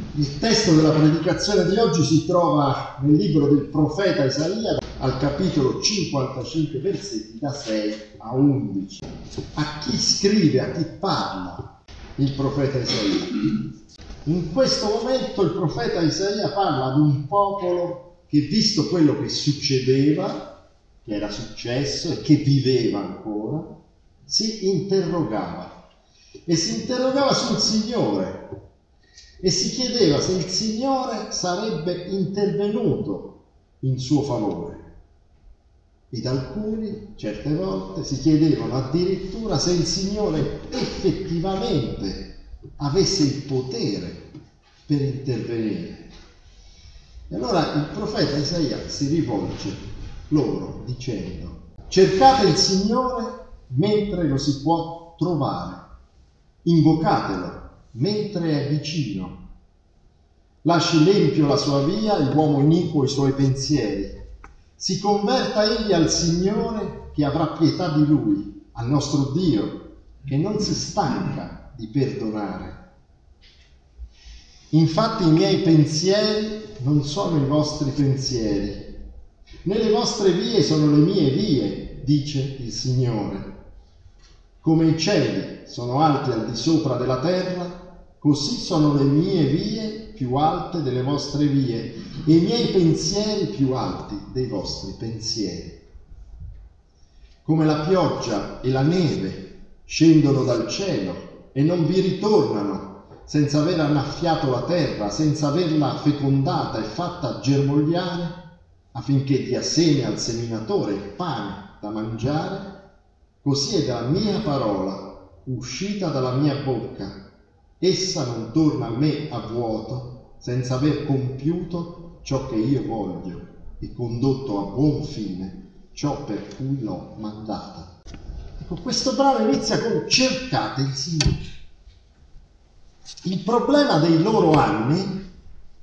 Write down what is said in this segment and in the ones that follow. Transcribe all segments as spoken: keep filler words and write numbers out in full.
Il testo della predicazione di oggi si trova nel libro del profeta Isaia, al capitolo cinquantacinque, versetti da sei a undici. A chi scrive, a chi parla il profeta Isaia? In questo momento il profeta Isaia parla ad un popolo che, visto quello che succedeva, che era successo e che viveva ancora, si interrogava. E si interrogava sul Signore. E si chiedeva se il Signore sarebbe intervenuto in suo favore. Ed alcuni, certe volte, si chiedevano addirittura se il Signore effettivamente avesse il potere per intervenire. E allora il profeta Isaia si rivolge loro dicendo: cercate il Signore mentre lo si può trovare, invocatelo mentre è vicino. Lasci l'empio la sua via, l'uomo iniquo i suoi pensieri. Si converta egli al Signore, che avrà pietà di lui, al nostro Dio, che non si stanca di perdonare. Infatti i miei pensieri non sono i vostri pensieri, né le vostre vie sono le mie vie, dice il Signore. Come i cieli sono alti al di sopra della terra, così sono le mie vie più alte delle vostre vie e i miei pensieri più alti dei vostri pensieri. Come la pioggia e la neve scendono dal cielo e non vi ritornano senza aver annaffiato la terra, senza averla fecondata e fatta germogliare, affinché dia seme al seminatore e pane da mangiare, così è dalla mia parola uscita dalla mia bocca. Essa non torna a me a vuoto, senza aver compiuto ciò che io voglio e condotto a buon fine ciò per cui l'ho mandata. Ecco, questo brano inizia con cercate il Signore. Il problema dei loro anni,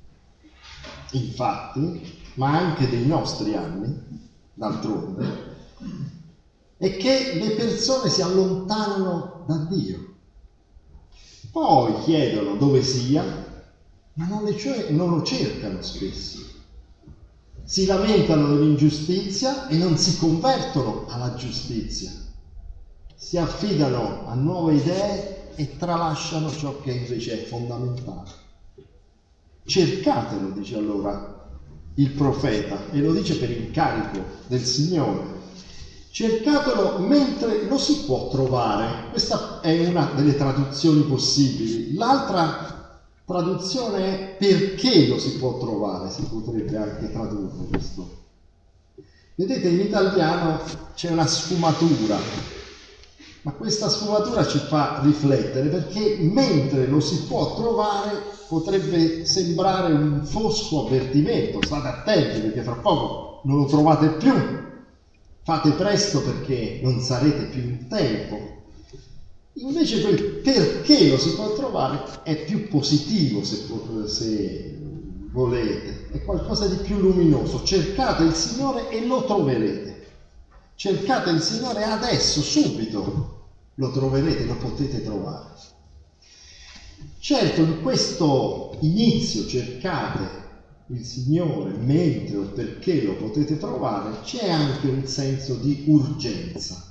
infatti, ma anche dei nostri anni, d'altronde, è che le persone si allontanano da Dio. Poi chiedono dove sia, ma non, le cioè, non lo cercano spesso. Si lamentano dell'ingiustizia e non si convertono alla giustizia. Si affidano a nuove idee e tralasciano ciò che invece è fondamentale. Cercatelo, dice allora il profeta, e lo dice per incarico del Signore. Cercatelo mentre lo si può trovare. Questa è una delle traduzioni possibili. L'altra traduzione è perché lo si può trovare, si potrebbe anche tradurre questo. Vedete, in italiano c'è una sfumatura, ma questa sfumatura ci fa riflettere, perché mentre lo si può trovare potrebbe sembrare un fosco avvertimento. State attenti perché fra poco non lo trovate più. Fate presto perché non sarete più in tempo. Invece quel perché lo si può trovare è più positivo, se, se volete, è qualcosa di più luminoso. Cercate il Signore e lo troverete. Cercate il Signore adesso, subito, lo troverete, lo potete trovare. Certo, in questo inizio cercate il Signore mentre o perché lo potete trovare, c'è anche un senso di urgenza.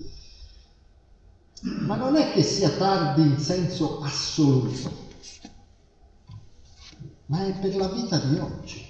Ma non è che sia tardi in senso assoluto, ma è per la vita di oggi.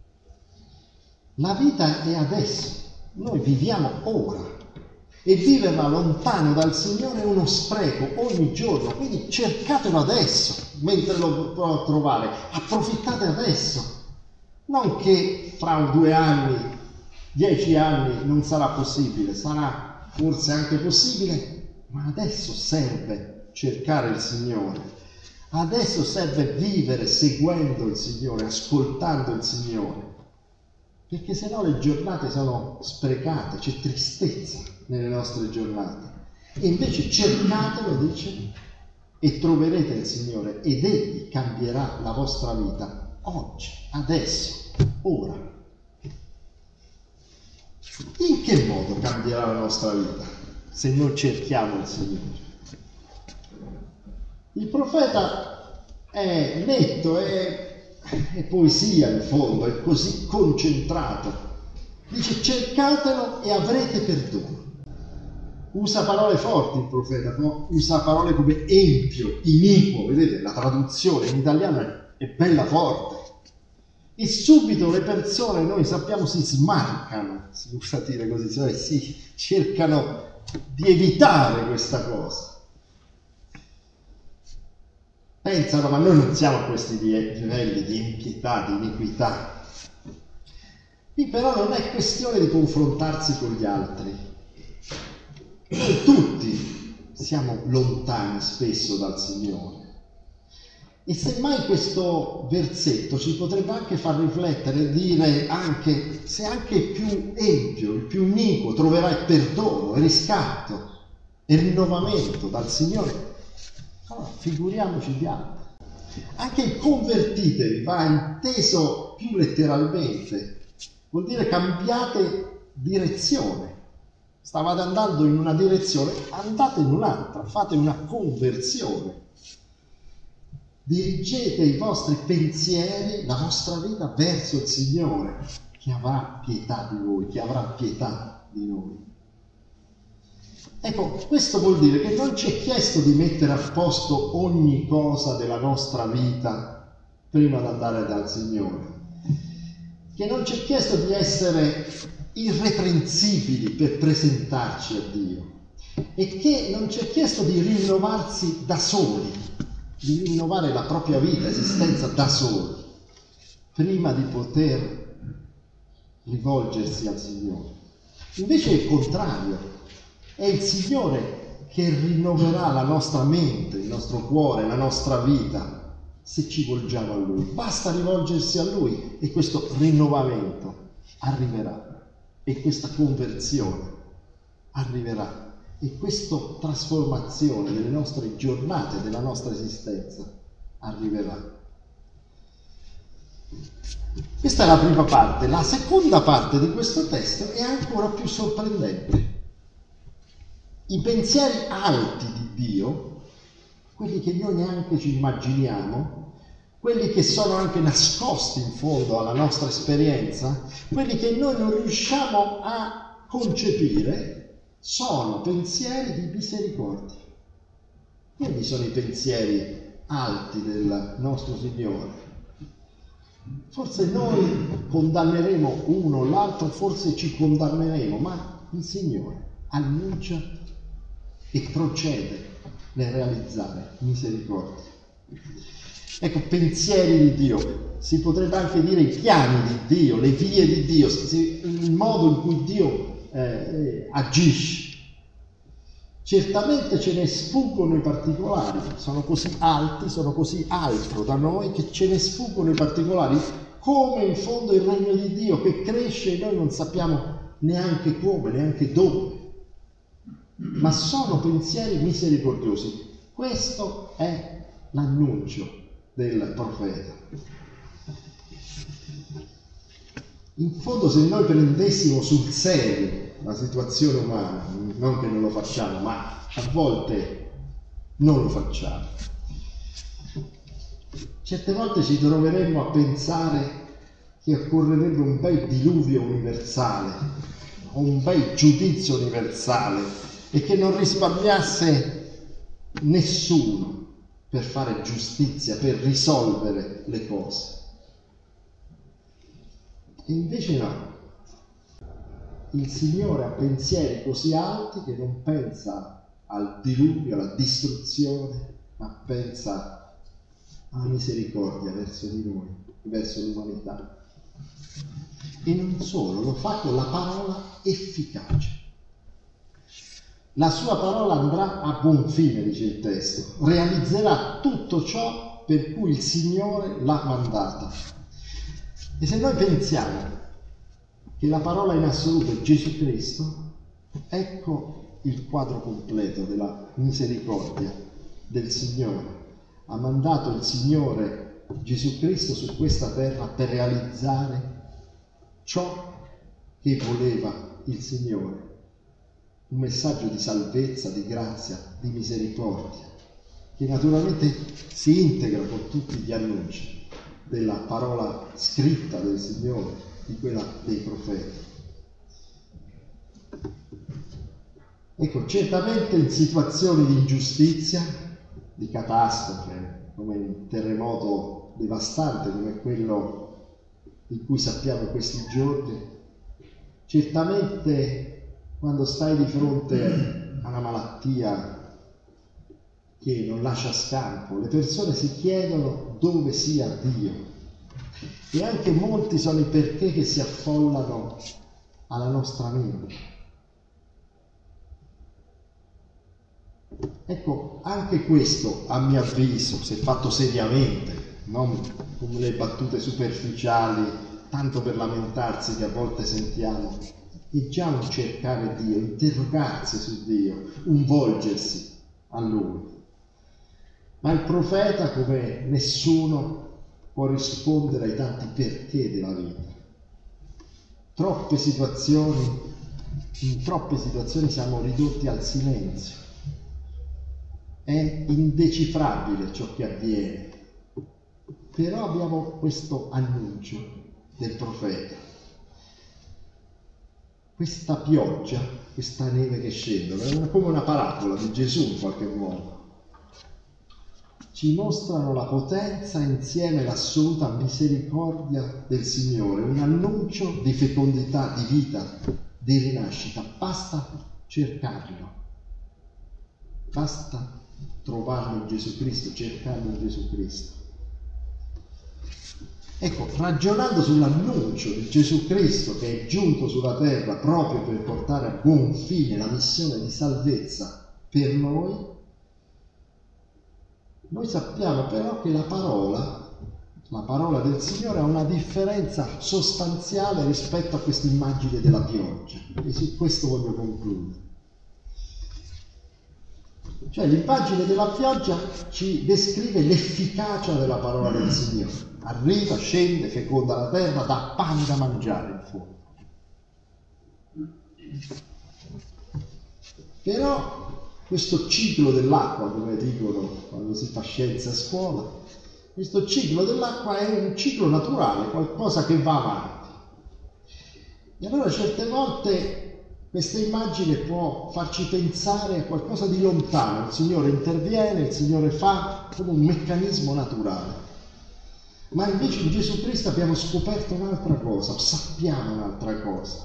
La vita è adesso, noi viviamo ora e viverla lontano dal Signore è uno spreco ogni giorno, quindi cercatelo adesso mentre lo può trovare, approfittate adesso. Non che fra due anni, dieci anni non sarà possibile, sarà forse anche possibile, ma adesso serve cercare il Signore. Adesso serve vivere seguendo il Signore, ascoltando il Signore. Perché se no le giornate sono sprecate, c'è tristezza nelle nostre giornate. E invece cercatelo, dice, e troverete il Signore ed Egli cambierà la vostra vita oggi, adesso, ora. In che modo cambierà la nostra vita se noi cerchiamo il Signore? Il profeta è netto, è, è poesia in fondo, è così concentrato. Dice: cercatelo e avrete perdono. Usa parole forti il profeta, no? Usa parole come empio, iniquo, vedete la traduzione in italiano è bella forte. E subito le persone, noi sappiamo, si smarcano, si usa dire così, cioè si cercano di evitare questa cosa. Pensano: ma noi non siamo a questi livelli di impietà, di iniquità. Qui però non è questione di confrontarsi con gli altri. Noi tutti siamo lontani spesso dal Signore. E semmai questo versetto ci potrebbe anche far riflettere e dire anche: se anche il più empio, il più iniquo troverà il perdono, il riscatto e il rinnovamento dal Signore, allora figuriamoci gli altri. Anche il convertitevi va inteso più letteralmente, vuol dire cambiate direzione. Stavate andando in una direzione, andate in un'altra, fate una conversione. Dirigete i vostri pensieri, la vostra vita verso il Signore, che avrà pietà di voi, che avrà pietà di noi. Ecco, questo vuol dire che non ci è chiesto di mettere a posto ogni cosa della nostra vita prima di andare dal Signore, che non ci è chiesto di essere irreprensibili per presentarci a Dio, e che non ci è chiesto di rinnovarsi da soli, di rinnovare la propria vita, esistenza da soli, prima di poter rivolgersi al Signore. Invece è il contrario, è il Signore che rinnoverà la nostra mente, il nostro cuore, la nostra vita, se ci volgiamo a Lui. Basta rivolgersi a Lui e questo rinnovamento arriverà, e questa conversione arriverà. E questa trasformazione delle nostre giornate, della nostra esistenza, arriverà. Questa è la prima parte. La seconda parte di questo testo è ancora più sorprendente. I pensieri alti di Dio, quelli che noi neanche ci immaginiamo, quelli che sono anche nascosti in fondo alla nostra esperienza, quelli che noi non riusciamo a concepire, sono pensieri di misericordia. Quindi sono i pensieri alti del nostro Signore. Forse noi condanneremo uno o l'altro, forse ci condanneremo, ma il Signore annuncia e procede nel realizzare misericordia. Ecco, pensieri di Dio, si potrebbe anche dire i piani di Dio, le vie di Dio, il modo in cui Dio Eh, agisce. Certamente ce ne sfuggono i particolari, sono così alti, sono così altro da noi che ce ne sfuggono i particolari, come in fondo il regno di Dio che cresce e noi non sappiamo neanche come, neanche dove, ma sono pensieri misericordiosi. Questo è l'annuncio del profeta. In fondo, se noi prendessimo sul serio la situazione umana, non che non lo facciamo, ma a volte non lo facciamo, certe volte ci troveremmo a pensare che occorrerebbe un bel diluvio universale, un bel giudizio universale, e che non risparmiasse nessuno per fare giustizia, per risolvere le cose. E invece no, il Signore ha pensieri così alti che non pensa al diluvio, alla distruzione, ma pensa alla misericordia verso di noi, verso l'umanità. E non solo, lo fa con la parola efficace. La sua parola andrà a buon fine, dice il testo, realizzerà tutto ciò per cui il Signore l'ha mandata. E se noi pensiamo che la parola in assoluto è Gesù Cristo, ecco il quadro completo della misericordia del Signore. Ha mandato il Signore Gesù Cristo su questa terra per realizzare ciò che voleva il Signore, un messaggio di salvezza, di grazia, di misericordia. che naturalmente si integra con tutti gli annunci della parola scritta del Signore, di quella dei profeti. Ecco, certamente in situazioni di ingiustizia, di catastrofe, come un terremoto devastante come quello di cui sappiamo in questi giorni, certamente quando stai di fronte a una malattia che non lascia scampo, le persone si chiedono dove sia Dio, e anche molti sono i perché che si affollano alla nostra mente. Ecco, anche questo, a mio avviso, se fatto seriamente, non come le battute superficiali, tanto per lamentarsi che a volte sentiamo, è già un cercare Dio, interrogarsi su Dio, un volgersi a Lui. Ma il profeta, come nessuno, può rispondere ai tanti perché della vita. Troppe situazioni, in troppe situazioni siamo ridotti al silenzio. È indecifrabile ciò che avviene, però abbiamo questo annuncio del profeta. Questa pioggia, questa neve che scendono, è come una parabola di Gesù in qualche modo. Ci mostrano la potenza insieme l'assoluta misericordia del Signore, un annuncio di fecondità, di vita, di rinascita. Basta cercarlo, basta trovarlo in Gesù Cristo, cercarlo in Gesù Cristo. Ecco, ragionando sull'annuncio di Gesù Cristo che è giunto sulla terra proprio per portare a buon fine la missione di salvezza per noi, noi sappiamo però che la parola, la parola del Signore ha una differenza sostanziale rispetto a questa immagine della pioggia, e su questo voglio concludere. Cioè l'immagine della pioggia ci descrive l'efficacia della parola del Signore. Arriva, scende, feconda la terra, dà pane da mangiare in fondo. Però questo ciclo dell'acqua, come dicono quando si fa scienza a scuola, questo ciclo dell'acqua è un ciclo naturale, qualcosa che va avanti. E allora certe volte questa immagine può farci pensare a qualcosa di lontano. Il Signore interviene, il Signore fa come un meccanismo naturale. Ma invece in Gesù Cristo abbiamo scoperto un'altra cosa, sappiamo un'altra cosa.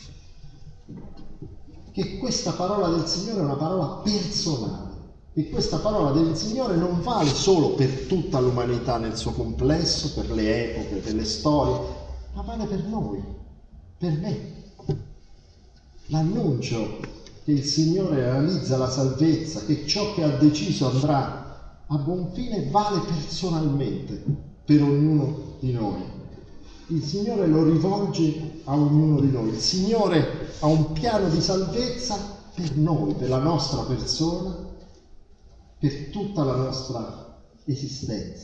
Che questa parola del Signore è una parola personale. Che questa parola del Signore non vale solo per tutta l'umanità nel suo complesso, per le epoche, per le storie, ma vale per noi, per me. L'annuncio che il Signore realizza la salvezza, che ciò che ha deciso andrà a buon fine, vale personalmente per ognuno di noi. Il Signore lo rivolge a ognuno di noi. Il Signore ha un piano di salvezza per noi, per la nostra persona, per tutta la nostra esistenza.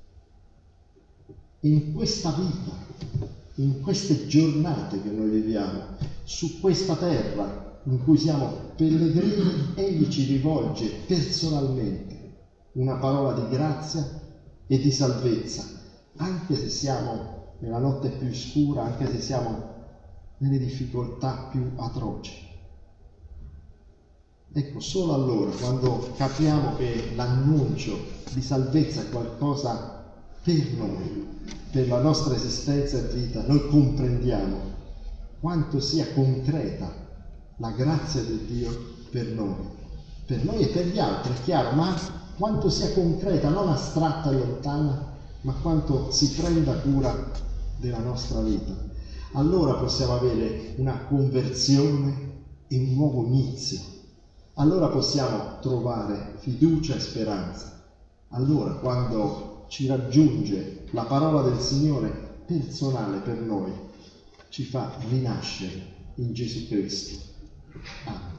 In questa vita, in queste giornate che noi viviamo, su questa terra in cui siamo pellegrini, Egli ci rivolge personalmente una parola di grazia e di salvezza, anche se siamo nella notte più scura, anche se siamo nelle difficoltà più atroci. Ecco, solo allora, quando capiamo che l'annuncio di salvezza è qualcosa per noi, per la nostra esistenza e vita, noi comprendiamo quanto sia concreta la grazia di Dio per noi, per noi e per gli altri, è chiaro, ma quanto sia concreta, non astratta e lontana, ma quanto si prenda cura della nostra vita. Allora possiamo avere una conversione e un nuovo inizio. Allora possiamo trovare fiducia e speranza. Allora, quando ci raggiunge la parola del Signore personale per noi, ci fa rinascere in Gesù Cristo. Amen.